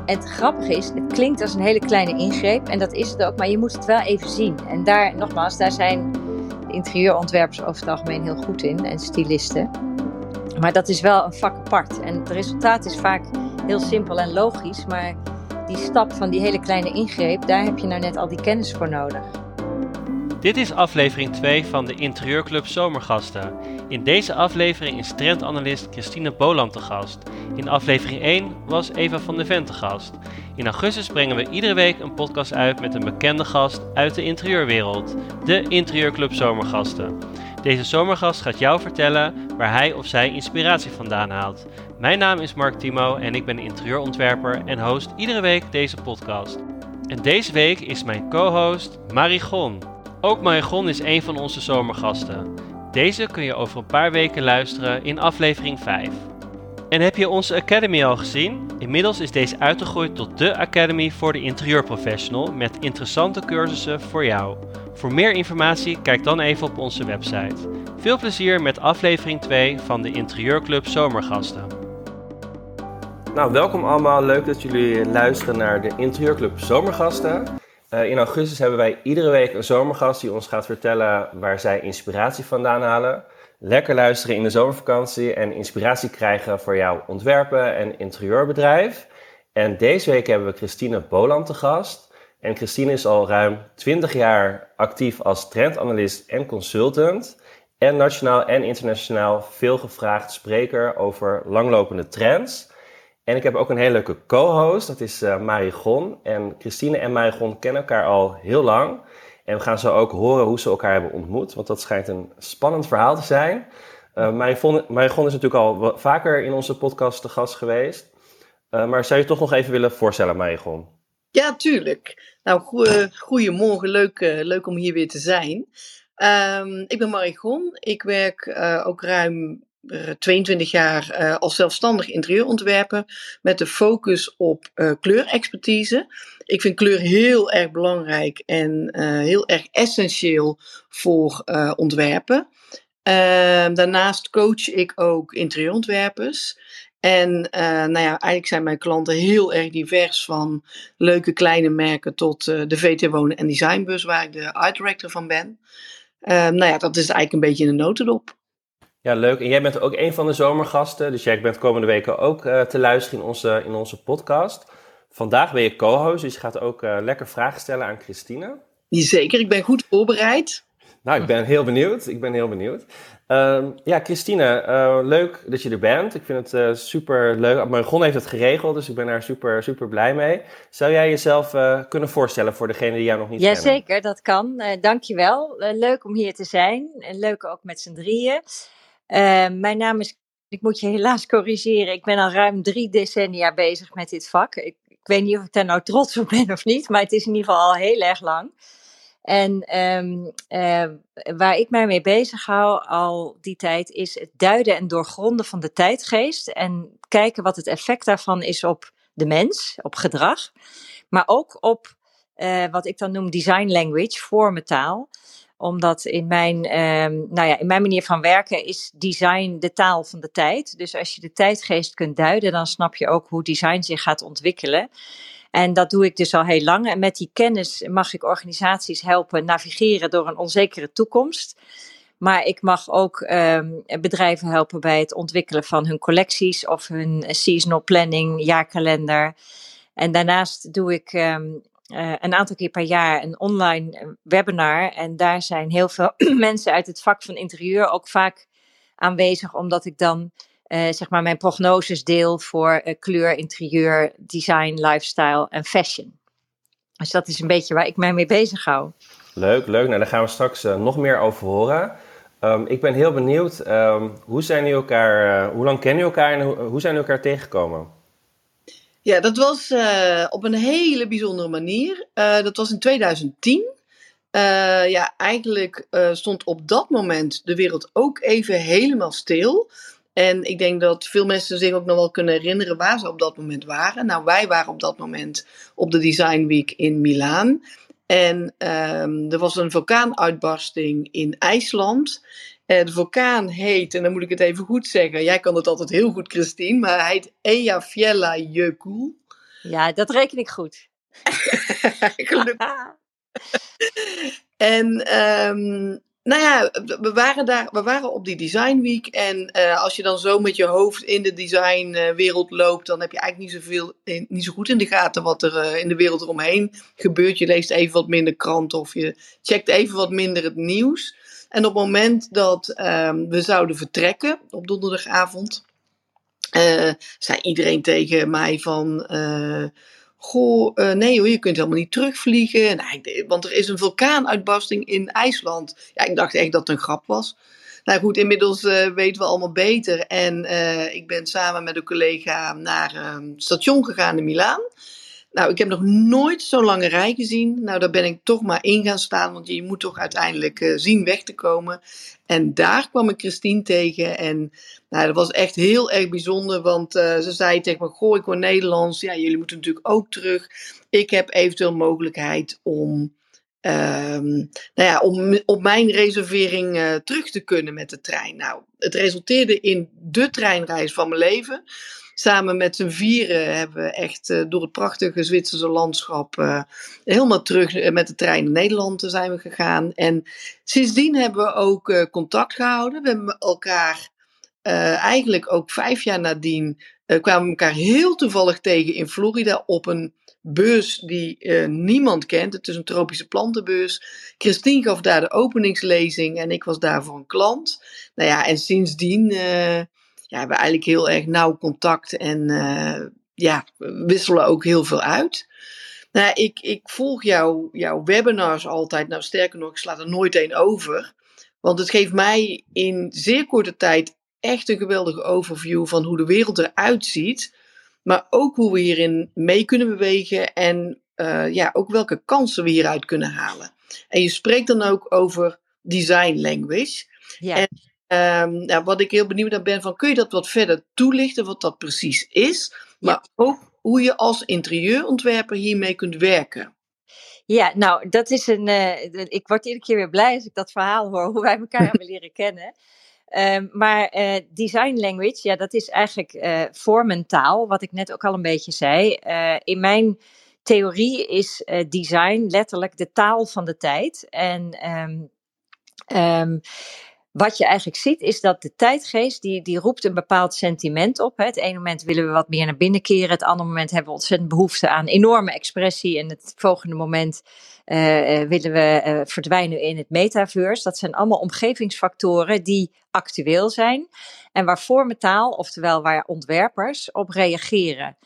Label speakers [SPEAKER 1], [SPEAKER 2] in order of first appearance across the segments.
[SPEAKER 1] En het grappige is, het klinkt als een hele kleine ingreep en dat is het ook, maar je moet het wel even zien. En daar, nogmaals, daar zijn interieurontwerpers over het algemeen heel goed in en stylisten. Maar dat is wel een vak apart. En het resultaat is vaak heel simpel en logisch, maar die stap van die hele kleine ingreep, daar heb je nou net al die kennis voor nodig.
[SPEAKER 2] Dit is aflevering 2 van de Interieurclub Zomergasten. In deze aflevering is trendanalist Christine Boland te gast. In aflevering 1 was Eva van der Ven te gast. In augustus brengen we iedere week een podcast uit met een bekende gast uit de interieurwereld. De Interieurclub Zomergasten. Deze zomergast gaat jou vertellen waar hij of zij inspiratie vandaan haalt. Mijn naam is Mark Timo en ik ben interieurontwerper en host iedere week deze podcast. En deze week is mijn co-host Marigon. Ook Marigon is een van onze zomergasten. Deze kun je over een paar weken luisteren in aflevering 5. En heb je onze Academy al gezien? Inmiddels is deze uitgegroeid tot de Academy voor de interieurprofessional met interessante cursussen voor jou. Voor meer informatie kijk dan even op onze website. Veel plezier met aflevering 2 van de Interieurclub Zomergasten. Nou, welkom allemaal. Leuk dat jullie luisteren naar de Interieurclub Zomergasten. In augustus hebben wij iedere week een zomergast die ons gaat vertellen waar zij inspiratie vandaan halen. Lekker luisteren in de zomervakantie en inspiratie krijgen voor jouw ontwerpen en interieurbedrijf. En deze week hebben we Christine Boland te gast. En Christine is al ruim 20 jaar actief als trendanalist en consultant. En nationaal en internationaal veel gevraagd spreker over langlopende trends. En ik heb ook een hele leuke co-host, dat is Marigon. En Christine en Marigon kennen elkaar al heel lang. En we gaan zo ook horen hoe ze elkaar hebben ontmoet, want dat schijnt een spannend verhaal te zijn. Marigon is natuurlijk al vaker in onze podcast te gast geweest. Maar zou je toch nog even willen voorstellen, Marigon?
[SPEAKER 3] Ja, tuurlijk. Nou, goedemorgen. Leuk om hier weer te zijn. Ik ben Marigon. Ik werk ook ruim 22 jaar als zelfstandig interieurontwerper met de focus op kleurexpertise. Ik vind kleur heel erg belangrijk en heel erg essentieel voor ontwerpen. Daarnaast coach ik ook interieurontwerpers. En eigenlijk zijn mijn klanten heel erg divers, van leuke kleine merken tot de VT Wonen en Designbus, waar ik de art director van ben. Dat is eigenlijk een beetje in een notendop.
[SPEAKER 2] Ja, leuk. En jij bent ook een van de zomergasten, dus jij bent komende weken ook te luisteren in onze podcast. Vandaag ben je co-host, dus je gaat ook lekker vragen stellen aan Christine.
[SPEAKER 3] Zeker, ik ben goed voorbereid.
[SPEAKER 2] Nou, ik ben heel benieuwd. Christine, leuk dat je er bent. Ik vind het super leuk. Marigon heeft het geregeld, dus ik ben daar super blij mee. Zou jij jezelf kunnen voorstellen voor degene die jou nog niet kennen?
[SPEAKER 1] Jazeker, dat kan. Dankjewel. Leuk om hier te zijn. Leuk ook met z'n drieën. Mijn naam is, ik moet je helaas corrigeren, ik ben al ruim 3 decennia bezig met dit vak. Ik weet niet of ik daar nou trots op ben of niet, maar het is in ieder geval al heel erg lang. En waar ik mij mee bezig hou al die tijd is het duiden en doorgronden van de tijdgeest. En kijken wat het effect daarvan is op de mens, op gedrag. Maar ook op wat ik dan noem design language, vormentaal. Omdat in mijn manier van werken is design de taal van de tijd. Dus als je de tijdgeest kunt duiden, dan snap je ook hoe design zich gaat ontwikkelen. En dat doe ik dus al heel lang. En met die kennis mag ik organisaties helpen navigeren door een onzekere toekomst. Maar ik mag ook bedrijven helpen bij het ontwikkelen van hun collecties of hun seasonal planning, jaarkalender. En daarnaast doe ik een aantal keer per jaar een online webinar. En daar zijn heel veel mensen uit het vak van interieur ook vaak aanwezig, omdat ik dan mijn prognoses deel voor kleur, interieur, design, lifestyle en fashion. Dus dat is een beetje waar ik mij mee bezig hou.
[SPEAKER 2] Leuk. Nou, daar gaan we straks nog meer over horen. Ik ben heel benieuwd, hoe lang kennen jullie elkaar en hoe zijn jullie elkaar tegengekomen?
[SPEAKER 3] Ja, dat was op een hele bijzondere manier. Dat was in 2010. Eigenlijk stond op dat moment de wereld ook even helemaal stil. En ik denk dat veel mensen zich ook nog wel kunnen herinneren waar ze op dat moment waren. Nou, wij waren op dat moment op de Design Week in Milaan. En er was een vulkaanuitbarsting in IJsland. De vulkaan heet, en dan moet ik het even goed zeggen. Jij kan het altijd heel goed, Christine, maar hij heet Eyjafjallajökull.
[SPEAKER 1] Ja, dat reken ik goed.
[SPEAKER 3] Gelukkig. En nou ja, we waren op die Design Week. En als je dan zo met je hoofd in de designwereld loopt, dan heb je eigenlijk niet zo goed in de gaten wat er in de wereld eromheen gebeurt. Je leest even wat minder kranten of je checkt even wat minder het nieuws. En op het moment dat we zouden vertrekken op donderdagavond, zei iedereen tegen mij van, nee hoor, je kunt helemaal niet terugvliegen. Want er is een vulkaanuitbarsting in IJsland. Ja, ik dacht echt dat het een grap was. Nou goed, inmiddels weten we allemaal beter. En ik ben samen met een collega naar het station gegaan in Milaan. Nou, ik heb nog nooit zo'n lange rij gezien. Nou, daar ben ik toch maar in gaan staan, want je moet toch uiteindelijk zien weg te komen. En daar kwam ik Christine tegen en nou, dat was echt heel erg bijzonder, want ze zei tegen me, goh, ik hoor Nederlands, ja, jullie moeten natuurlijk ook terug. Ik heb eventueel mogelijkheid om op mijn reservering terug te kunnen met de trein. Nou, het resulteerde in de treinreis van mijn leven. Samen met z'n vieren hebben we echt door het prachtige Zwitserse landschap helemaal terug met de trein naar Nederland zijn we gegaan. En sindsdien hebben we ook contact gehouden. We hebben elkaar eigenlijk ook 5 jaar nadien kwamen we elkaar heel toevallig tegen in Florida op een beurs die niemand kent. Het is een tropische plantenbeurs. Christine gaf daar de openingslezing en ik was daar voor een klant. Nou ja, en sindsdien hebben we eigenlijk heel erg nauw contact en we wisselen ook heel veel uit. Nou, ik volg jouw webinars altijd. Nou, sterker nog, ik sla er nooit één over. Want het geeft mij in zeer korte tijd echt een geweldige overview van hoe de wereld eruit ziet. Maar ook hoe we hierin mee kunnen bewegen en ook welke kansen we hieruit kunnen halen. En je spreekt dan ook over design language.
[SPEAKER 1] Ja.
[SPEAKER 3] En wat ik heel benieuwd naar ben, van, kun je dat wat verder toelichten, wat dat precies is? Maar ook hoe je als interieurontwerper hiermee kunt werken.
[SPEAKER 1] Ja, nou, dat is ik word iedere keer weer blij als ik dat verhaal hoor, hoe wij elkaar hebben leren kennen. Maar design language, ja, dat is eigenlijk vormentaal, wat ik net ook al een beetje zei. In mijn theorie is design letterlijk de taal van de tijd. En wat je eigenlijk ziet is dat de tijdgeest, die roept een bepaald sentiment op. Hè. Het ene moment willen we wat meer naar binnen keren. Het andere moment hebben we ontzettend behoefte aan enorme expressie. En het volgende moment willen we verdwijnen in het metaverse. Dat zijn allemaal omgevingsfactoren die actueel zijn. En waar vormentaal, oftewel waar ontwerpers op reageren.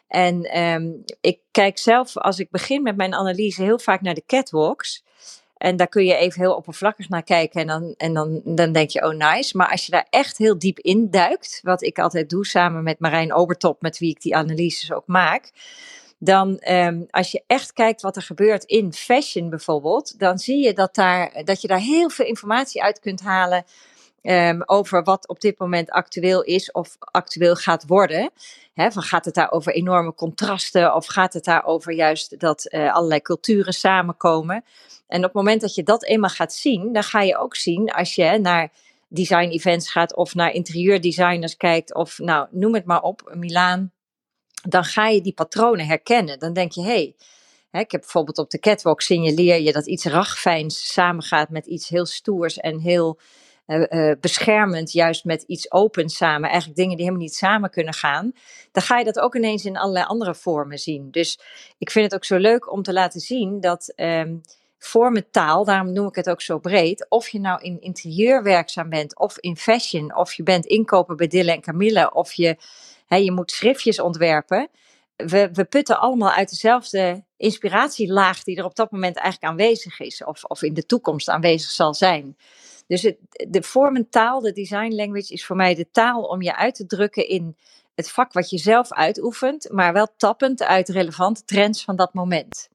[SPEAKER 1] En ik kijk zelf, als ik begin met mijn analyse, heel vaak naar de catwalks. En daar kun je even heel oppervlakkig naar kijken en dan denk je, oh nice. Maar als je daar echt heel diep in duikt, wat ik altijd doe samen met Marijn Obertop, met wie ik die analyses ook maak. Dan als je echt kijkt wat er gebeurt in fashion bijvoorbeeld, dan zie je dat je daar heel veel informatie uit kunt halen over wat op dit moment actueel is of actueel gaat worden. Gaat het daar over enorme contrasten of gaat het daar over juist dat allerlei culturen samenkomen? En op het moment dat je dat eenmaal gaat zien, dan ga je ook zien als je naar design events gaat of naar interieurdesigners kijkt of nou, noem het maar op, Milaan. Dan ga je die patronen herkennen. Dan denk je, ik heb bijvoorbeeld op de catwalk signaleer je dat iets ragfijns samengaat met iets heel stoers en heel beschermend, juist met iets opens samen. Eigenlijk dingen die helemaal niet samen kunnen gaan. Dan ga je dat ook ineens in allerlei andere vormen zien. Dus ik vind het ook zo leuk om te laten zien dat vormentaal, daarom noem ik het ook zo breed, of je nou in interieur werkzaam bent, of in fashion, of je bent inkoper bij Dille en Camille, of je moet schriftjes ontwerpen. We putten allemaal uit dezelfde inspiratielaag die er op dat moment eigenlijk aanwezig is, of in de toekomst aanwezig zal zijn. Dus de vormentaal, de design language, is voor mij de taal om je uit te drukken in het vak wat je zelf uitoefent, maar wel tappend uit relevante trends van dat moment.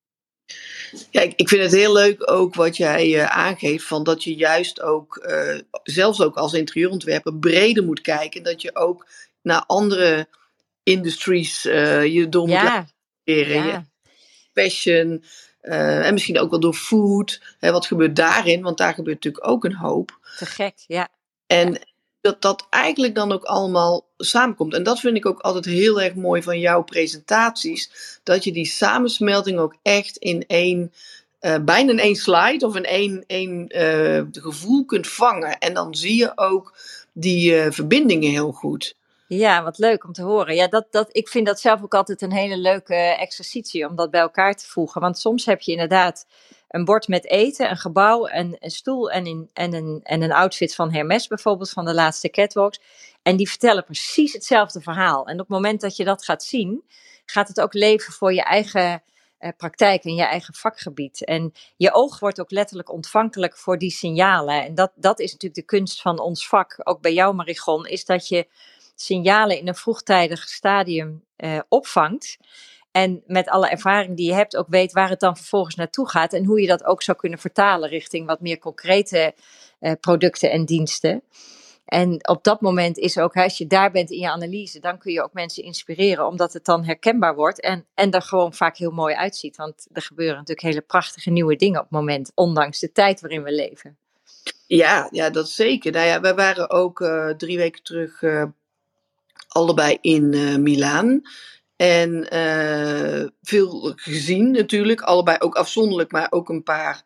[SPEAKER 3] Ja, ik vind het heel leuk ook wat jij aangeeft, van dat je juist ook, zelfs ook als interieurontwerper, breder moet kijken. Dat je ook naar andere industries je door moet laten leren.
[SPEAKER 1] Ja.
[SPEAKER 3] Fashion, en misschien ook wel door food. Wat gebeurt daarin? Want daar gebeurt natuurlijk ook een hoop.
[SPEAKER 1] Te gek, ja.
[SPEAKER 3] En dat eigenlijk dan ook allemaal samenkomt. En dat vind ik ook altijd heel erg mooi van jouw presentaties. Dat je die samensmelting ook echt in bijna in één slide of in één gevoel kunt vangen. En dan zie je ook die verbindingen heel goed.
[SPEAKER 1] Ja, wat leuk om te horen. Ja, ik vind dat zelf ook altijd een hele leuke exercitie om dat bij elkaar te voegen. Want soms heb je inderdaad een bord met eten, een gebouw, een stoel en een outfit van Hermès bijvoorbeeld, van de laatste catwalks. En die vertellen precies hetzelfde verhaal. En op het moment dat je dat gaat zien, gaat het ook leven voor je eigen praktijk en je eigen vakgebied. En je oog wordt ook letterlijk ontvankelijk voor die signalen. En dat is natuurlijk de kunst van ons vak, ook bij jou Marigon, is dat je signalen in een vroegtijdig stadium opvangt. En met alle ervaring die je hebt ook weet waar het dan vervolgens naartoe gaat. En hoe je dat ook zou kunnen vertalen richting wat meer concrete producten en diensten. En op dat moment is ook, als je daar bent in je analyse, dan kun je ook mensen inspireren, omdat het dan herkenbaar wordt en er gewoon vaak heel mooi uitziet. Want er gebeuren natuurlijk hele prachtige nieuwe dingen op het moment, ondanks de tijd waarin we leven.
[SPEAKER 3] Ja, dat zeker. Nou ja, wij waren ook 3 weken terug allebei in Milaan. En veel gezien natuurlijk, allebei ook afzonderlijk, maar ook een paar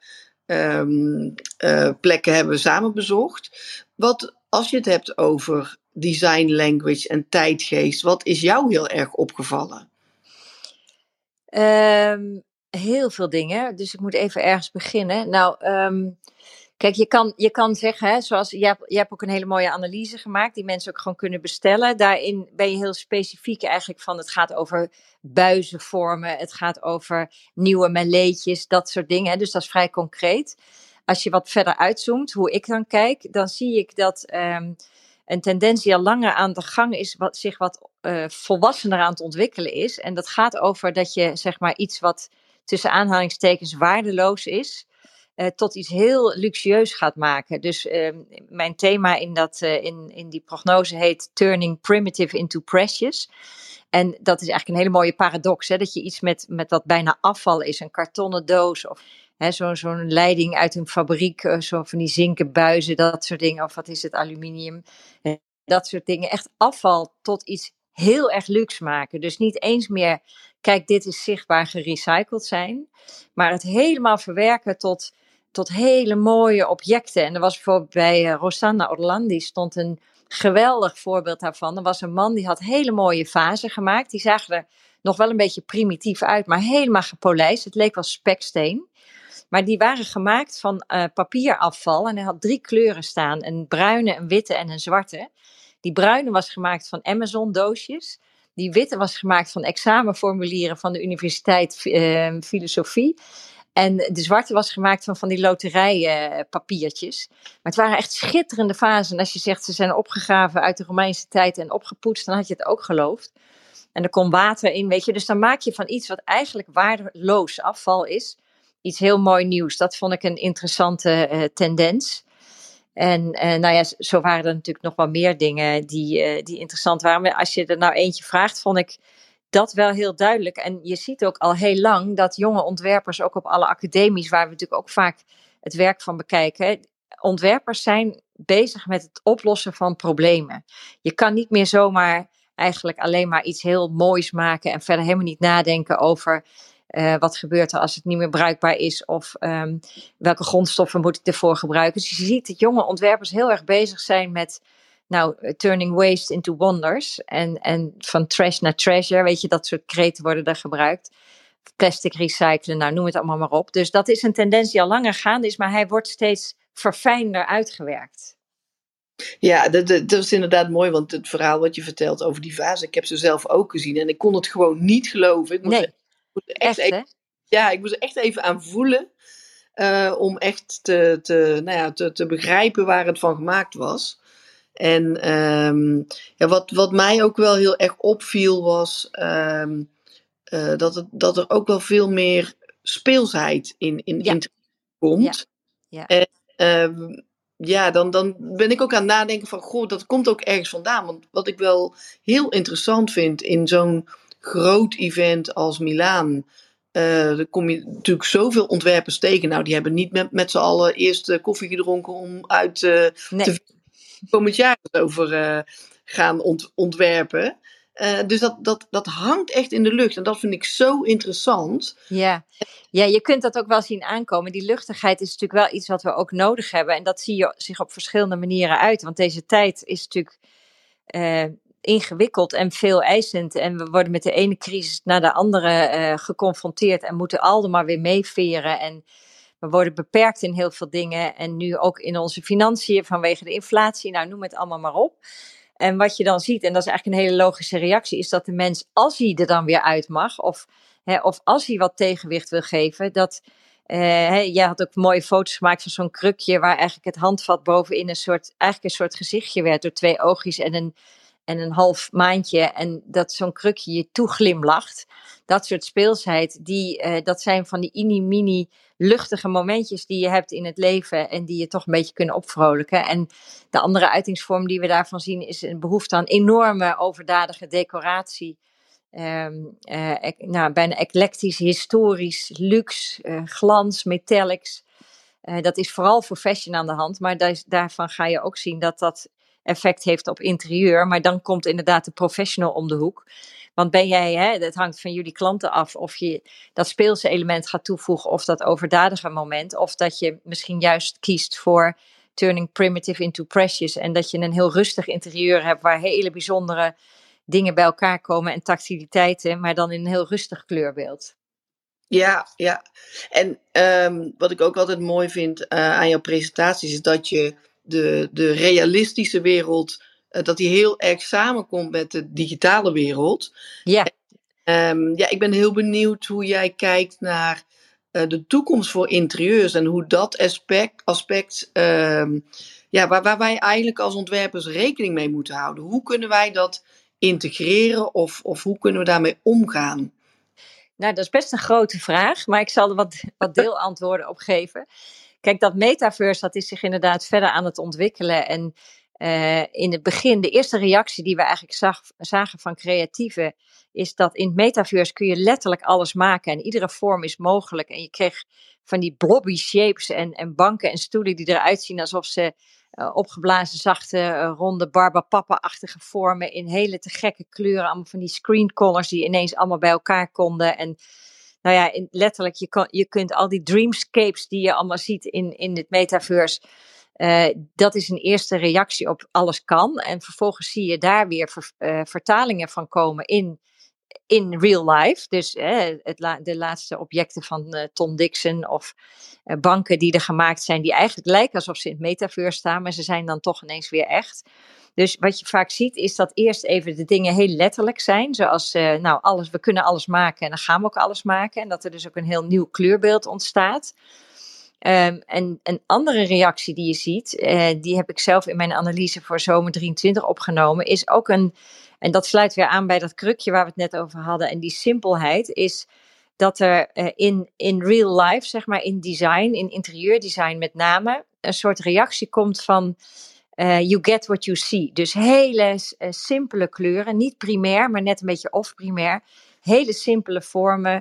[SPEAKER 3] plekken hebben we samen bezocht. Als je het hebt over design language en tijdgeest, wat is jou heel erg opgevallen?
[SPEAKER 1] Heel veel dingen, dus ik moet even ergens beginnen. Nou, kijk, je kan zeggen, hè, zoals je hebt ook een hele mooie analyse gemaakt, die mensen ook gewoon kunnen bestellen. Daarin ben je heel specifiek eigenlijk van, het gaat over buizenvormen, het gaat over nieuwe meleetjes, dat soort dingen. Hè, dus dat is vrij concreet. Als je wat verder uitzoomt, hoe ik dan kijk, dan zie ik dat een tendens die al langer aan de gang is, zich wat volwassener aan het ontwikkelen is. En dat gaat over dat je, zeg maar, iets wat tussen aanhalingstekens waardeloos is, tot iets heel luxueus gaat maken. Dus mijn thema in die prognose heet Turning Primitive into Precious. En dat is eigenlijk een hele mooie paradox. Hè? Dat je iets met wat bijna afval is, een kartonnen doos of zo'n leiding uit een fabriek, zo van die zinken buizen, dat soort dingen. Of wat is het, aluminium. Dat soort dingen. Echt afval tot iets heel erg luxe maken. Dus niet eens meer, kijk, dit is zichtbaar gerecycled zijn. Maar het helemaal verwerken tot hele mooie objecten. En er was bijvoorbeeld bij Rosanna Orlandi stond een geweldig voorbeeld daarvan. Er was een man die had hele mooie vazen gemaakt. Die zagen er nog wel een beetje primitief uit, maar helemaal gepolijst. Het leek wel speksteen. Maar die waren gemaakt van papierafval. En hij had 3 kleuren staan. Een bruine, een witte en een zwarte. Die bruine was gemaakt van Amazon doosjes. Die witte was gemaakt van examenformulieren van de Universiteit Filosofie. En de zwarte was gemaakt van die loterijpapiertjes. Maar het waren echt schitterende vazen. En als je zegt, ze zijn opgegraven uit de Romeinse tijd en opgepoetst, dan had je het ook geloofd. En er komt water in, weet je. Dus dan maak je van iets wat eigenlijk waardeloos afval is, iets heel mooi nieuws. Dat vond ik een interessante tendens. En nou ja, zo waren er natuurlijk nog wel meer dingen die interessant waren. Maar als je er nou eentje vraagt, vond ik dat wel heel duidelijk. En je ziet ook al heel lang dat jonge ontwerpers, ook op alle academies, waar we natuurlijk ook vaak het werk van bekijken, ontwerpers zijn bezig met het oplossen van problemen. Je kan niet meer zomaar eigenlijk alleen maar iets heel moois maken en verder helemaal niet nadenken over wat gebeurt er als het niet meer bruikbaar is of welke grondstoffen moet ik ervoor gebruiken. Dus je ziet dat jonge ontwerpers heel erg bezig zijn met turning waste into wonders en van trash naar treasure, weet je, dat soort kreten worden daar gebruikt. Plastic recyclen, nou noem het allemaal maar op. Dus dat is een tendens die al langer gaande is, maar hij wordt steeds verfijnder uitgewerkt.
[SPEAKER 3] Ja, dat is inderdaad mooi, want het verhaal wat je vertelt over die vazen, ik heb ze zelf ook gezien en ik kon het gewoon niet geloven. Ik moest er echt even aan voelen om echt te begrijpen waar het van gemaakt was. En wat mij ook wel heel erg opviel was dat er ook wel veel meer speelsheid in komt. Ja. En dan ben ik ook aan het nadenken van, goh, dat komt ook ergens vandaan. Want wat ik wel heel interessant vind in zo'n groot event als Milaan, daar kom je natuurlijk zoveel ontwerpers tegen. Nou, die hebben niet met z'n allen eerst koffie gedronken om uit te komend jaar over gaan ontwerpen. Dus dat hangt echt in de lucht. En dat vind ik zo interessant.
[SPEAKER 1] Ja. Ja, je kunt dat ook wel zien aankomen. Die luchtigheid is natuurlijk wel iets wat we ook nodig hebben. En dat zie je zich op verschillende manieren uit. Want deze tijd is natuurlijk ingewikkeld en veel eisend. En we worden met de ene crisis naar de andere geconfronteerd. En moeten al maar weer meeveren. En we worden beperkt in heel veel dingen. En nu ook in onze financiën vanwege de inflatie. Nou, noem het allemaal maar op. En wat je dan ziet, en dat is eigenlijk een hele logische reactie, is dat de mens, als hij er dan weer uit mag, of als hij wat tegenwicht wil geven, dat. Jij had ook mooie foto's gemaakt van zo'n krukje, waar eigenlijk het handvat bovenin eigenlijk een soort gezichtje werd door 2 oogjes en een half maandje. En dat zo'n krukje je toeglimlacht. Dat soort speelsheid, dat zijn van die mini luchtige momentjes die je hebt in het leven en die je toch een beetje kunnen opvrolijken. En de andere uitingsvorm die we daarvan zien is een behoefte aan enorme overdadige decoratie. Bijna eclectisch, historisch, luxe, glans, metallics. Dat is vooral voor fashion aan de hand, maar daarvan ga je ook zien dat dat effect heeft op interieur. Maar dan komt inderdaad de professional om de hoek. Want het hangt van jullie klanten af of je dat speelse element gaat toevoegen of dat overdadige moment. Of dat je misschien juist kiest voor turning primitive into precious. En dat je een heel rustig interieur hebt waar hele bijzondere dingen bij elkaar komen en tactiliteiten, maar dan in een heel rustig kleurbeeld.
[SPEAKER 3] Ja. En wat ik ook altijd mooi vind aan jouw presentaties is dat je de realistische wereld, dat die heel erg samenkomt met de digitale wereld.
[SPEAKER 1] Ja.
[SPEAKER 3] Ik ben heel benieuwd hoe jij kijkt naar de toekomst voor interieurs en hoe dat aspect waar wij eigenlijk als ontwerpers rekening mee moeten houden. Hoe kunnen wij dat integreren of hoe kunnen we daarmee omgaan?
[SPEAKER 1] Nou, dat is best een grote vraag, maar ik zal er wat deelantwoorden op geven. Kijk, dat metaverse, dat is zich inderdaad verder aan het ontwikkelen. En in het begin, de eerste reactie die we eigenlijk zagen van creatieven, is dat in het metaverse kun je letterlijk alles maken. En iedere vorm is mogelijk. En je kreeg van die blobby shapes en banken en stoelen die eruit zien alsof ze opgeblazen, zachte, ronde Barbapapa-achtige vormen in hele te gekke kleuren. Allemaal van die screen colors die ineens allemaal bij elkaar konden. En nou ja, letterlijk, je kunt al die dreamscapes die je allemaal ziet in het metaverse. Dat is een eerste reactie op alles kan. En vervolgens zie je daar weer vertalingen van komen in real life. Dus de laatste objecten van Tom Dixon of banken die er gemaakt zijn, die eigenlijk lijken alsof ze in het metaverse staan, maar ze zijn dan toch ineens weer echt. Dus wat je vaak ziet is dat eerst even de dingen heel letterlijk zijn. Zoals we kunnen alles maken en dan gaan we ook alles maken. En dat er dus ook een heel nieuw kleurbeeld ontstaat. En een andere reactie die je ziet, die heb ik zelf in mijn analyse voor zomer 23 opgenomen, is ook en dat sluit weer aan bij dat krukje waar we het net over hadden. En die simpelheid is dat er in real life, zeg maar in design, in interieurdesign met name, een soort reactie komt van you get what you see. Dus hele simpele kleuren, niet primair, maar net een beetje off-primair. Hele simpele vormen.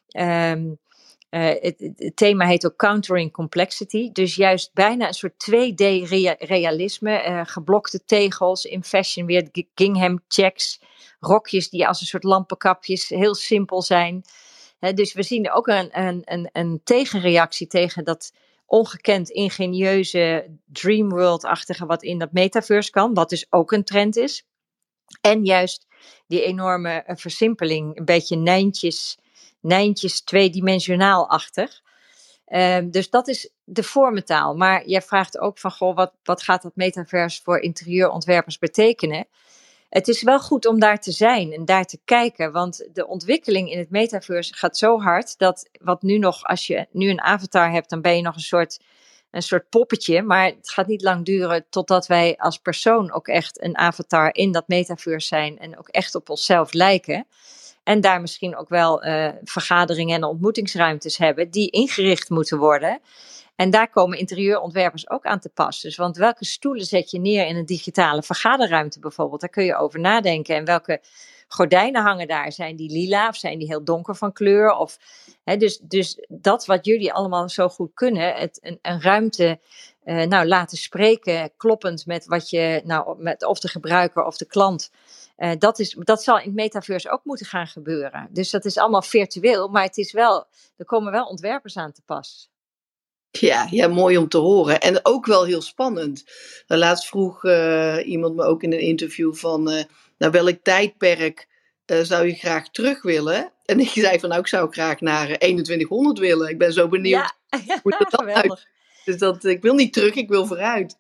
[SPEAKER 1] Het thema heet ook Countering Complexity. Dus juist bijna een soort 2D-realisme. Geblokte tegels in fashion weer gingham checks. Rokjes die als een soort lampenkapjes heel simpel zijn. Dus we zien ook een tegenreactie tegen dat ongekend ingenieuze dreamworld-achtige wat in dat metaverse kan. Wat dus ook een trend is. En juist die enorme versimpeling. Een beetje Nijntjes tweedimensionaal-achtig. Dus dat is de vormentaal. Maar jij vraagt ook van, wat gaat dat metaverse voor interieurontwerpers betekenen? Het is wel goed om daar te zijn en daar te kijken. Want de ontwikkeling in het metaverse gaat zo hard dat wat nu nog, als je nu een avatar hebt, dan ben je nog een soort poppetje. Maar het gaat niet lang duren totdat wij als persoon ook echt een avatar in dat metaverse zijn en ook echt op onszelf lijken. En daar misschien ook wel vergaderingen en ontmoetingsruimtes hebben die ingericht moeten worden. En daar komen interieurontwerpers ook aan te pas. Dus want welke stoelen zet je neer in een digitale vergaderruimte bijvoorbeeld? Daar kun je over nadenken. En welke gordijnen hangen daar? Zijn die lila of zijn die heel donker van kleur? Dus dat wat jullie allemaal zo goed kunnen, een ruimte laten spreken, kloppend met wat je, met of de gebruiker of de klant. Dat zal in het metaverse ook moeten gaan gebeuren. Dus dat is allemaal virtueel, maar er komen wel ontwerpers aan te pas.
[SPEAKER 3] Ja, mooi om te horen. En ook wel heel spannend. Laatst vroeg iemand me ook in een interview van... naar welk tijdperk zou je graag terug willen? En ik zei van, ik zou graag naar 2100 willen. Ik ben zo benieuwd hoe dat dan uit. Dus ik wil niet terug, ik wil vooruit.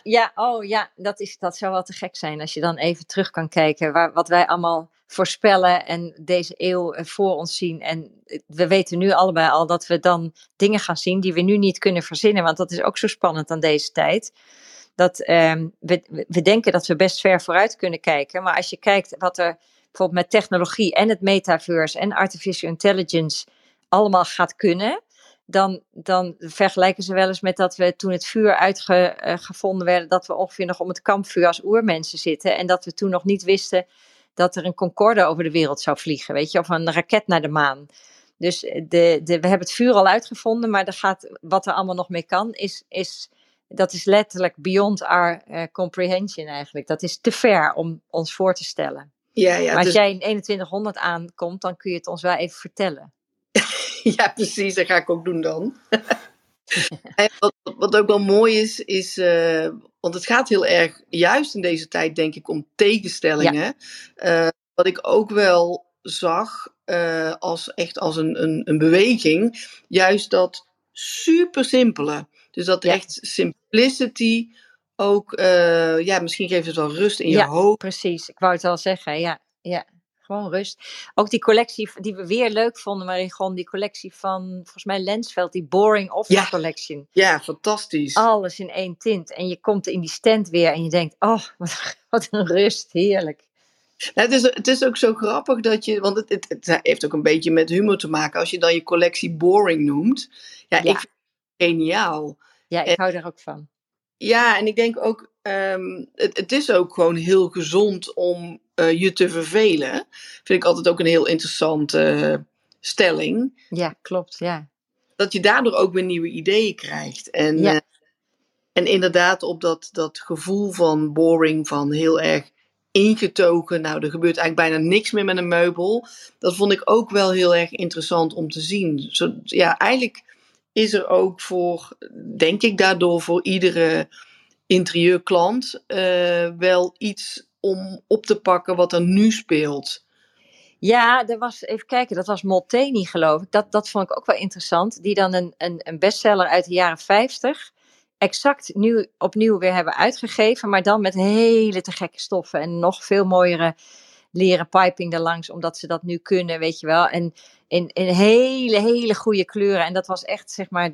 [SPEAKER 1] Dat zou wel te gek zijn als je dan even terug kan kijken wat wij allemaal voorspellen en deze eeuw voor ons zien. En we weten nu allebei al dat we dan dingen gaan zien die we nu niet kunnen verzinnen, want dat is ook zo spannend aan deze tijd. Dat we denken dat we best ver vooruit kunnen kijken, maar als je kijkt wat er bijvoorbeeld met technologie en het metaverse en artificial intelligence allemaal gaat kunnen, dan vergelijken ze wel eens met dat we toen het vuur uitgevonden werd, dat we ongeveer nog om het kampvuur als oermensen zitten en dat we toen nog niet wisten dat er een Concorde over de wereld zou vliegen, weet je, of een raket naar de maan. Dus we hebben het vuur al uitgevonden, maar wat er allemaal nog mee kan, dat is letterlijk beyond our comprehension eigenlijk. Dat is te ver om ons voor te stellen.
[SPEAKER 3] Ja,
[SPEAKER 1] maar als jij in 2100 aankomt, dan kun je het ons wel even vertellen.
[SPEAKER 3] Ja, precies. Dat ga ik ook doen dan. En wat ook wel mooi is want het gaat heel erg, juist in deze tijd denk ik, om tegenstellingen. Ja. Wat ik ook wel zag als een beweging, juist dat super simpele. Dus dat echt simplicity ook, misschien geeft het wel rust in je hoofd.
[SPEAKER 1] Ja, precies. Ik wou het al zeggen, ja. Gewoon rust. Ook die collectie die we weer leuk vonden, Marigon, die collectie van, volgens mij Lensveld, die Boring Office Collection.
[SPEAKER 3] Ja, fantastisch.
[SPEAKER 1] Alles in één tint. En je komt in die stand weer en je denkt, oh, wat een rust, heerlijk.
[SPEAKER 3] Het is ook zo grappig dat want het heeft ook een beetje met humor te maken. Als je dan je collectie Boring noemt. Ja. Ik vind het geniaal.
[SPEAKER 1] Ja, ik hou daar ook van.
[SPEAKER 3] Ja, en ik denk ook, het is ook gewoon heel gezond om je te vervelen. Vind ik altijd ook een heel interessante stelling.
[SPEAKER 1] Ja, klopt, ja.
[SPEAKER 3] Dat je daardoor ook weer nieuwe ideeën krijgt. En inderdaad op dat gevoel van boring, van heel erg ingetogen. Nou, er gebeurt eigenlijk bijna niks meer met een meubel. Dat vond ik ook wel heel erg interessant om te zien. Eigenlijk is er ook denk ik daardoor voor iedere interieurklant wel iets om op te pakken wat er nu speelt.
[SPEAKER 1] Ja, even kijken, dat was Molteni geloof ik. Dat vond ik ook wel interessant. Die dan een bestseller uit de jaren 50 exact nu opnieuw weer hebben uitgegeven, maar dan met hele te gekke stoffen en nog veel mooiere leren piping erlangs, omdat ze dat nu kunnen, weet je wel. En in hele, hele goede kleuren. En dat was echt, zeg maar,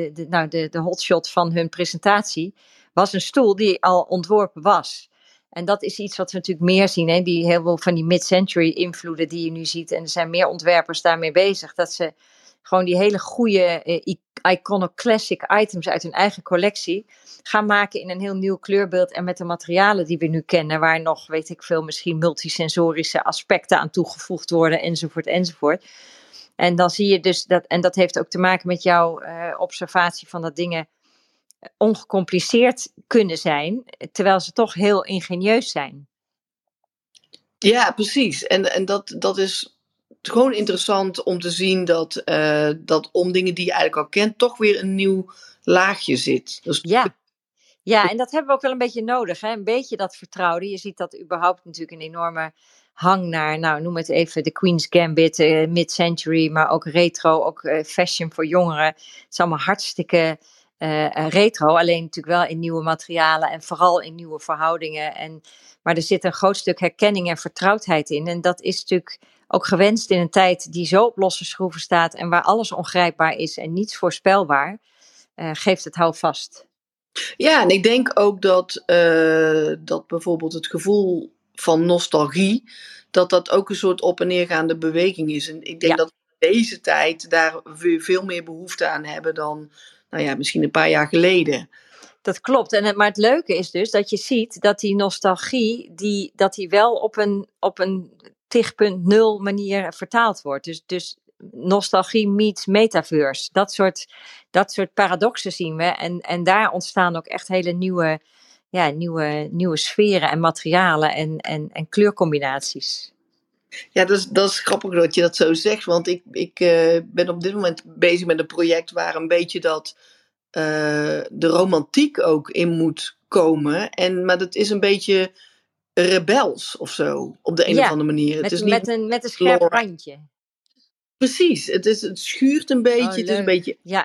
[SPEAKER 1] de hotshot van hun presentatie. Was een stoel die al ontworpen was. En dat is iets wat we natuurlijk meer zien. Hè? Die heel veel van die mid-century invloeden die je nu ziet. En er zijn meer ontwerpers daarmee bezig. Dat ze gewoon die hele goede iconoclassic items uit hun eigen collectie gaan maken in een heel nieuw kleurbeeld en met de materialen die we nu kennen, waar nog, weet ik veel, misschien multisensorische aspecten aan toegevoegd worden, enzovoort. En dan zie je dus en dat heeft ook te maken met jouw observatie van dat dingen ongecompliceerd kunnen zijn, terwijl ze toch heel ingenieus zijn.
[SPEAKER 3] Ja, precies. En dat is gewoon interessant om te zien dat om dingen die je eigenlijk al kent, toch weer een nieuw laagje zit. Dus
[SPEAKER 1] ja, en dat hebben we ook wel een beetje nodig. Hè? Een beetje dat vertrouwde. Je ziet dat überhaupt natuurlijk een enorme hang naar, nou noem het even de Queen's Gambit, mid-century, maar ook retro, ook fashion voor jongeren. Het is allemaal hartstikke retro, alleen natuurlijk wel in nieuwe materialen en vooral in nieuwe verhoudingen. Maar er zit een groot stuk herkenning en vertrouwdheid in. En dat is natuurlijk ook gewenst in een tijd die zo op losse schroeven staat en waar alles ongrijpbaar is en niets voorspelbaar, geeft het houvast.
[SPEAKER 3] Ja, en ik denk ook dat bijvoorbeeld het gevoel van nostalgie, dat ook een soort op- en neergaande beweging is. En ik denk dat we in deze tijd daar veel meer behoefte aan hebben dan, misschien een paar jaar geleden.
[SPEAKER 1] Dat klopt. Maar het leuke is dus dat je ziet dat die nostalgie, dat die wel op een tig.0 manier vertaald wordt. Dus nostalgie meets metaverse. Dat soort paradoxen zien we. En daar ontstaan ook echt hele nieuwe sferen en materialen en kleurcombinaties.
[SPEAKER 3] Ja, dat is grappig dat je dat zo zegt. Want ik ben op dit moment bezig met een project waar een beetje de romantiek ook in moet komen. Maar dat is een beetje rebels of zo, op de een of andere manier. Het is niet
[SPEAKER 1] met een scherp randje.
[SPEAKER 3] Precies, het schuurt een beetje.
[SPEAKER 1] Oh,
[SPEAKER 3] het is een beetje...
[SPEAKER 1] Ja.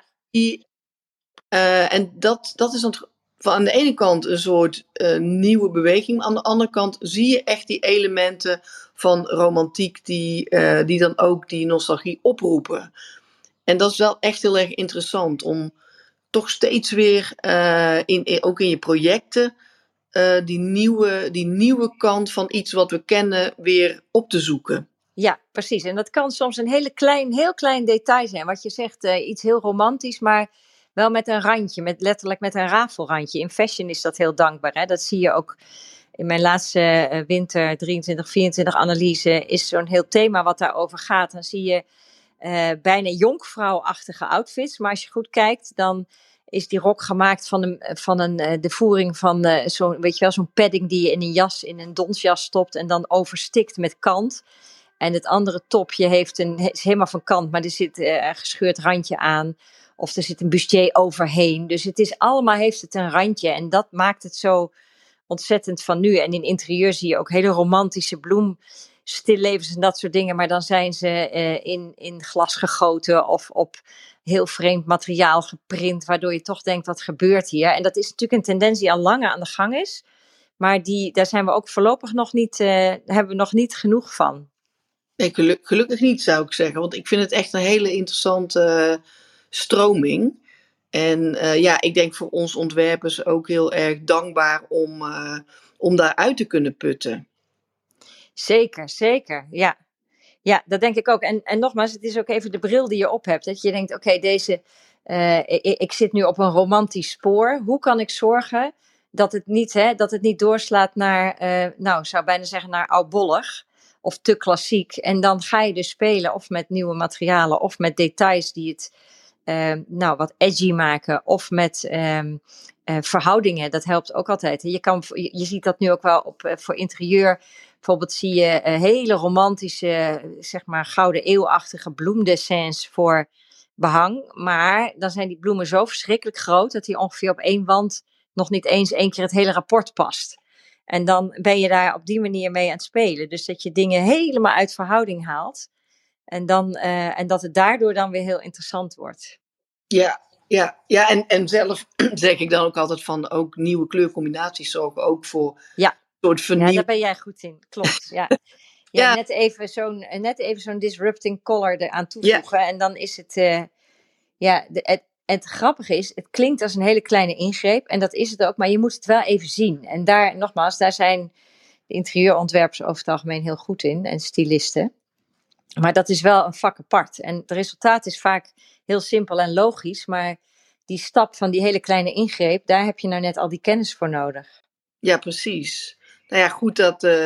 [SPEAKER 3] En dat is aan de ene kant een soort nieuwe beweging. Maar aan de andere kant zie je echt die elementen van romantiek die dan ook die nostalgie oproepen. En dat is wel echt heel erg interessant om toch steeds weer, ook in je projecten, die nieuwe kant van iets wat we kennen weer op te zoeken.
[SPEAKER 1] Ja, precies. En dat kan soms een heel klein detail zijn. Wat je zegt, iets heel romantisch, maar wel met een randje, letterlijk met een rafelrandje. In fashion is dat heel dankbaar. Hè? Dat zie je ook in mijn laatste winter 23-24 analyse. Is zo'n heel thema wat daarover gaat. Dan zie je bijna jonkvrouwachtige outfits. Maar als je goed kijkt, dan is die rok gemaakt de voering van zo'n padding die je in een donsjas stopt en dan overstikt met kant. En het andere topje is helemaal van kant, maar er zit een gescheurd randje aan. Of er zit een bustier overheen. Dus heeft het een randje. En dat maakt het zo ontzettend van nu. En in interieur zie je ook hele romantische bloemstillevens en dat soort dingen. Maar dan zijn ze in glas gegoten of op heel vreemd materiaal geprint. Waardoor je toch denkt, wat gebeurt hier? En dat is natuurlijk een tendens die al langer aan de gang is. Maar daar zijn we ook voorlopig hebben we nog niet genoeg van.
[SPEAKER 3] Nee, gelukkig niet, zou ik zeggen. Want ik vind het echt een hele interessante stroming. En ik denk voor ons ontwerpers ook heel erg dankbaar om daaruit te kunnen putten.
[SPEAKER 1] Zeker, ja. Ja, dat denk ik ook. En nogmaals, het is ook even de bril die je op hebt. Dat je denkt, oké, ik zit nu op een romantisch spoor. Hoe kan ik zorgen dat het niet doorslaat naar, zou bijna zeggen, naar oudbollig of te klassiek. En dan ga je dus spelen of met nieuwe materialen of met details die het wat edgy maken. Of met verhoudingen. Dat helpt ook altijd. Je ziet dat nu ook wel voor interieur. Bijvoorbeeld zie je hele romantische, zeg maar gouden eeuwachtige bloemdessins voor behang. Maar dan zijn die bloemen zo verschrikkelijk groot dat die ongeveer op één wand nog niet eens 1 keer het hele rapport past. En dan ben je daar op die manier mee aan het spelen. Dus dat je dingen helemaal uit verhouding haalt. En dat het daardoor dan weer heel interessant wordt.
[SPEAKER 3] Ja, en zelf zeg ik dan ook altijd van ook nieuwe kleurcombinaties zorgen ook voor een soort vernieuwing. Ja,
[SPEAKER 1] daar ben jij goed in, klopt. Ja. Net even zo'n disrupting color eraan toevoegen. Ja. En dan is het, het grappige is, het klinkt als een hele kleine ingreep. En dat is het ook, maar je moet het wel even zien. En daar zijn de interieurontwerpers over het algemeen heel goed in. En stylisten. Maar dat is wel een vak apart. En het resultaat is vaak heel simpel en logisch. Maar die stap van die hele kleine ingreep, daar heb je nou net al die kennis voor nodig.
[SPEAKER 3] Ja, precies. Nou ja, goed,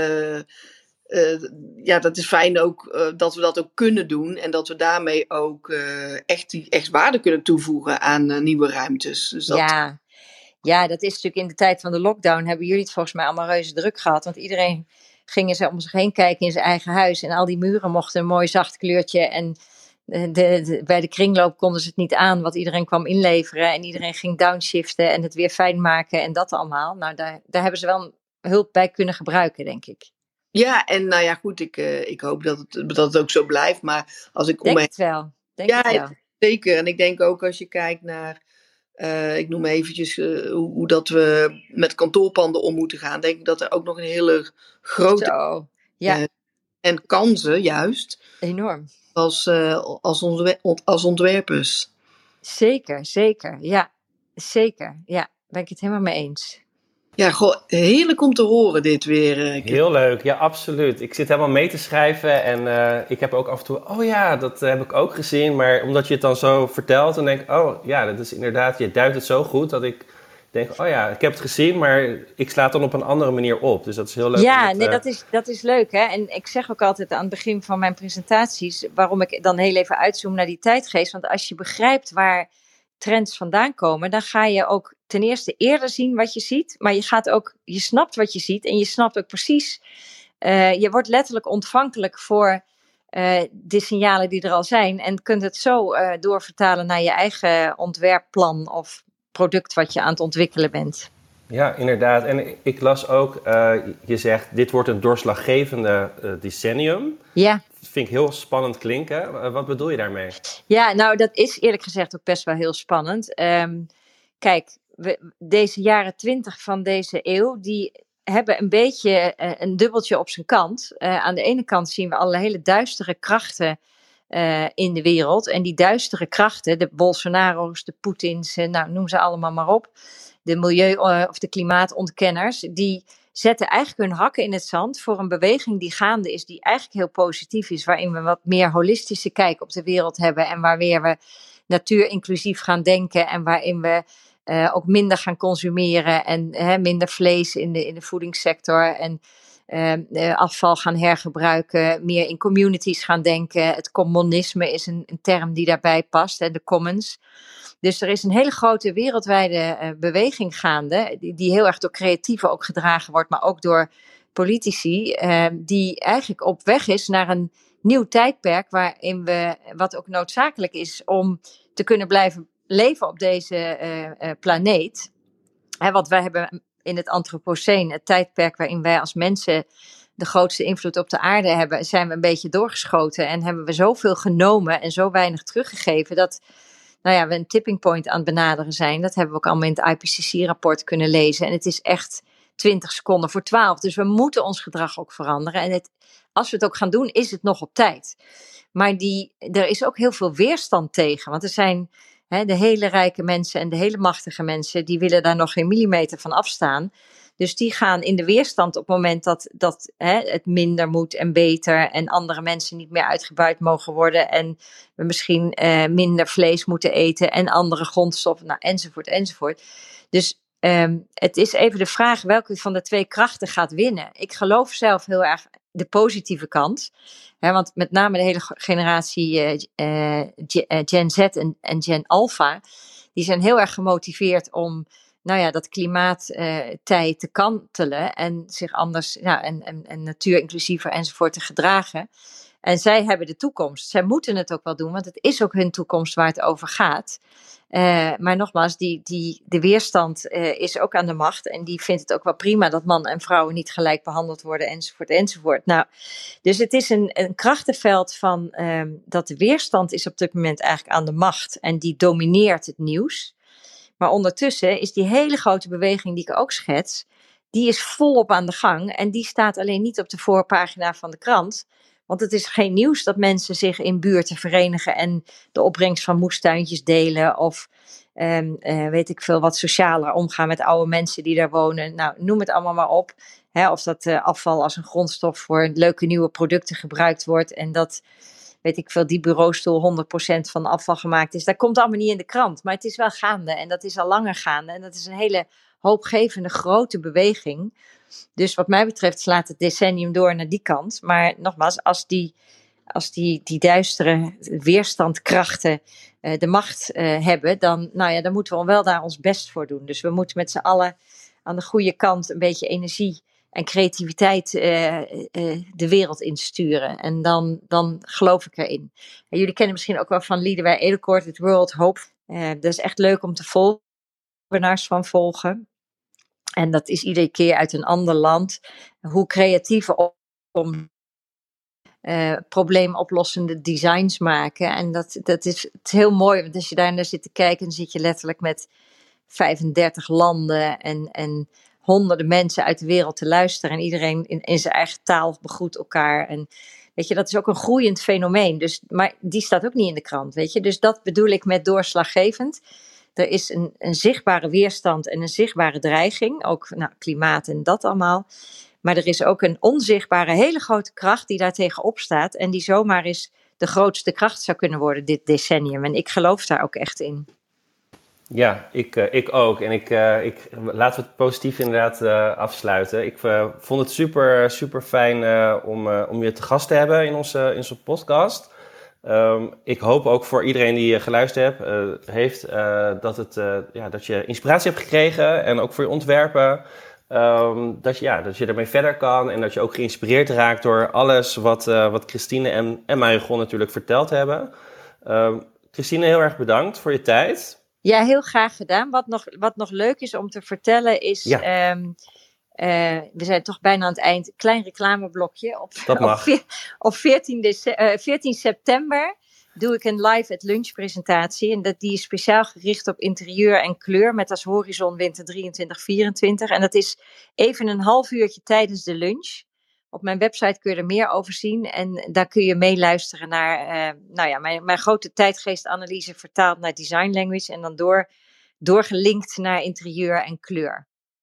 [SPEAKER 3] dat is fijn ook dat we dat ook kunnen doen. En dat we daarmee ook echt waarde kunnen toevoegen aan nieuwe ruimtes. Dus
[SPEAKER 1] Ja, dat is natuurlijk in de tijd van de lockdown hebben jullie het volgens mij allemaal reuze druk gehad. Want iedereen gingen ze om zich heen kijken in zijn eigen huis. En al die muren mochten een mooi zacht kleurtje. En bij de kringloop konden ze het niet aan wat iedereen kwam inleveren. En iedereen ging downshiften en het weer fijn maken en dat allemaal. Nou, daar hebben ze wel hulp bij kunnen gebruiken, denk ik.
[SPEAKER 3] Ja, en nou ja, goed, ik hoop dat het ook zo blijft. Maar als ik
[SPEAKER 1] denk het wel.
[SPEAKER 3] Zeker. En ik denk ook als je kijkt naar, ik noem eventjes hoe dat we met kantoorpanden om moeten gaan. Denk ik dat er ook nog een hele grote...
[SPEAKER 1] Zo, ja.
[SPEAKER 3] En kansen juist.
[SPEAKER 1] Enorm.
[SPEAKER 3] Als ontwerpers.
[SPEAKER 1] Zeker. Ja, zeker. Ja, ben ik het helemaal mee eens.
[SPEAKER 3] Ja, heerlijk om te horen dit weer.
[SPEAKER 4] Heel leuk, ja, absoluut. Ik zit helemaal mee te schrijven en ik heb ook af en toe, oh ja, dat heb ik ook gezien. Maar omdat je het dan zo vertelt, dan denk ik, oh ja, dat is inderdaad, je duidt het zo goed dat ik denk, oh ja, ik heb het gezien, maar ik sla het dan op een andere manier op. Dus dat is heel leuk.
[SPEAKER 1] Ja, dat is leuk. Hè? En ik zeg ook altijd aan het begin van mijn presentaties, waarom ik dan heel even uitzoom naar die tijdgeest. Want als je begrijpt waar trends vandaan komen, dan ga je ook ten eerste eerder zien wat je ziet. Maar je snapt wat je ziet en je snapt ook precies. Je wordt letterlijk ontvankelijk voor de signalen die er al zijn. En kunt het zo doorvertalen naar je eigen ontwerpplan of product wat je aan het ontwikkelen bent.
[SPEAKER 4] Ja, inderdaad. En ik las ook, je zegt, dit wordt een doorslaggevende decennium.
[SPEAKER 1] Ja.
[SPEAKER 4] Dat vind ik heel spannend klinken. Wat bedoel je daarmee?
[SPEAKER 1] Ja, nou dat is eerlijk gezegd ook best wel heel spannend. Kijk, deze jaren 20 van deze eeuw, die hebben een beetje een dubbeltje op zijn kant. Aan de ene kant zien we alle hele duistere krachten in de wereld. En die duistere krachten, de Bolsonaro's, de Poetins, nou, noem ze allemaal maar op. De of de klimaatontkenners, die zetten eigenlijk hun hakken in het zand voor een beweging die gaande is, die eigenlijk heel positief is, waarin we wat meer holistische kijk op de wereld hebben en waarin we natuurinclusief gaan denken en waarin we ook minder gaan consumeren en minder vlees in de voedingssector en afval gaan hergebruiken, meer in communities gaan denken. Het commonisme is een term die daarbij past, de commons. Dus er is een hele grote wereldwijde beweging gaande, die heel erg door creatieven ook gedragen wordt, maar ook door politici, die eigenlijk op weg is naar een nieuw tijdperk waarin we, wat ook noodzakelijk is om te kunnen blijven leven op deze planeet. Want wij hebben in het Anthropoceen, het tijdperk waarin wij als mensen de grootste invloed op de aarde hebben, zijn we een beetje doorgeschoten en hebben we zoveel genomen en zo weinig teruggegeven dat we een tipping point aan het benaderen zijn. Dat hebben we ook allemaal in het IPCC-rapport kunnen lezen. En het is echt 20 seconden voor 12. Dus we moeten ons gedrag ook veranderen. En als we het ook gaan doen, is het nog op tijd. Maar er is ook heel veel weerstand tegen. Want er zijn de hele rijke mensen en de hele machtige mensen, die willen daar nog geen millimeter van afstaan. Dus die gaan in de weerstand op het moment dat het minder moet en beter en andere mensen niet meer uitgebuit mogen worden en we misschien minder vlees moeten eten en andere grondstoffen, enzovoort. Dus het is even de vraag welke van de twee krachten gaat winnen. Ik geloof zelf heel erg de positieve kant. Want met name de hele generatie Gen Z en Gen Alpha, die zijn heel erg gemotiveerd om dat klimaattij te kantelen en zich anders en natuurinclusiever enzovoort te gedragen. En zij hebben de toekomst. Zij moeten het ook wel doen, want het is ook hun toekomst waar het over gaat. Maar nogmaals, de weerstand is ook aan de macht. En die vindt het ook wel prima dat mannen en vrouwen niet gelijk behandeld worden, enzovoort. Nou, dus het is een krachtenveld van dat de weerstand is op dit moment eigenlijk aan de macht. En die domineert het nieuws. Maar ondertussen is die hele grote beweging die ik ook schets, die is volop aan de gang. En die staat alleen niet op de voorpagina van de krant. Want het is geen nieuws dat mensen zich in buurten verenigen en de opbrengst van moestuintjes delen. Of weet ik veel wat socialer omgaan met oude mensen die daar wonen. Nou, noem het allemaal maar op. Of dat afval als een grondstof voor leuke nieuwe producten gebruikt wordt. En dat, weet ik veel, die bureaustoel 100% van afval gemaakt is. Dat komt allemaal niet in de krant. Maar het is wel gaande en dat is al langer gaande. En dat is een hele hoopgevende grote beweging. Dus wat mij betreft slaat het decennium door naar die kant. Maar nogmaals, als die duistere weerstandkrachten de macht hebben, dan moeten we wel daar ons best voor doen. Dus we moeten met z'n allen aan de goede kant een beetje energie en creativiteit de wereld insturen. En dan geloof ik erin. En jullie kennen misschien ook wel van Liedewij Edelkoort, het World Hope. Dat is echt leuk om te volgen. Webinars van volgen. En dat is iedere keer uit een ander land. Hoe creatiever probleemoplossende designs maken. En dat is, het is heel mooi. Want als je daar naar zit te kijken, dan zit je letterlijk met 35 landen en honderden mensen uit de wereld te luisteren. En iedereen in zijn eigen taal begroet elkaar. En weet je, dat is ook een groeiend fenomeen. Dus, maar die staat ook niet in de krant, weet je. Dus dat bedoel ik met doorslaggevend. Er is een zichtbare weerstand en een zichtbare dreiging. Ook klimaat en dat allemaal. Maar er is ook een onzichtbare, hele grote kracht die daar tegenop staat. En die zomaar eens de grootste kracht zou kunnen worden dit decennium. En ik geloof daar ook echt in.
[SPEAKER 4] Ja, ik ook. En laten we het positief inderdaad afsluiten. Ik vond het super, super fijn om je te gast te hebben in onze podcast. Ik hoop ook voor iedereen die geluisterd heeft dat je inspiratie hebt gekregen. En ook voor je ontwerpen. Dat je ermee verder kan. En dat je ook geïnspireerd raakt door alles wat Christine en Marigon natuurlijk verteld hebben. Christine, heel erg bedankt voor je tijd.
[SPEAKER 1] Ja, heel graag gedaan. Wat nog leuk is om te vertellen is... Ja. We zijn toch bijna aan het eind. Klein reclameblokje. Op 14 september doe ik een live at lunch presentatie. En die is speciaal gericht op interieur en kleur. Met als horizon winter 23-24. En dat is even een half uurtje tijdens de lunch. Op mijn website kun je er meer over zien. En daar kun je meeluisteren naar mijn grote tijdgeestanalyse vertaald naar design language. En dan doorgelinkt naar interieur en kleur.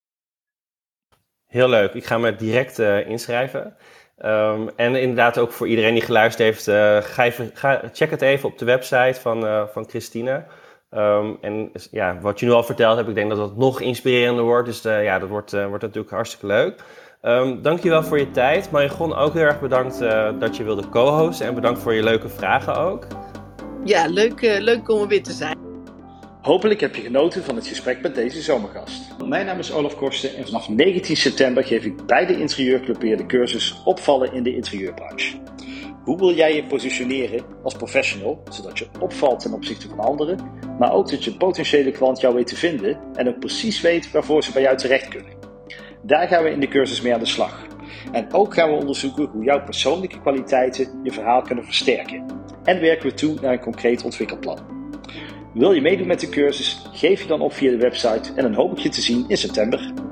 [SPEAKER 4] Heel leuk. Ik ga me direct inschrijven. En inderdaad ook voor iedereen die geluisterd heeft. Check het even op de website van Christine. En ja, wat je nu al verteld hebt, ik denk dat dat nog inspirerender wordt. Dus dat wordt natuurlijk hartstikke leuk. Dankjewel voor je tijd. Marigon, ook heel erg bedankt dat je wilde co-hosten. En bedankt voor je leuke vragen ook.
[SPEAKER 3] Ja, leuk om er weer te zijn.
[SPEAKER 5] Hopelijk heb je genoten van het gesprek met deze zomergast. Mijn naam is Olaf Korsten en vanaf 19 september geef ik bij de Interieurclub weer de cursus Opvallen in de interieurbranche. Hoe wil jij je positioneren als professional, zodat je opvalt ten opzichte van anderen, maar ook dat je potentiële klant jou weet te vinden en ook precies weet waarvoor ze bij jou terecht kunnen. Daar gaan we in de cursus mee aan de slag. En ook gaan we onderzoeken hoe jouw persoonlijke kwaliteiten je verhaal kunnen versterken. En werken we toe naar een concreet ontwikkelplan. Wil je meedoen met de cursus? Geef je dan op via de website en dan hoop ik je te zien in september.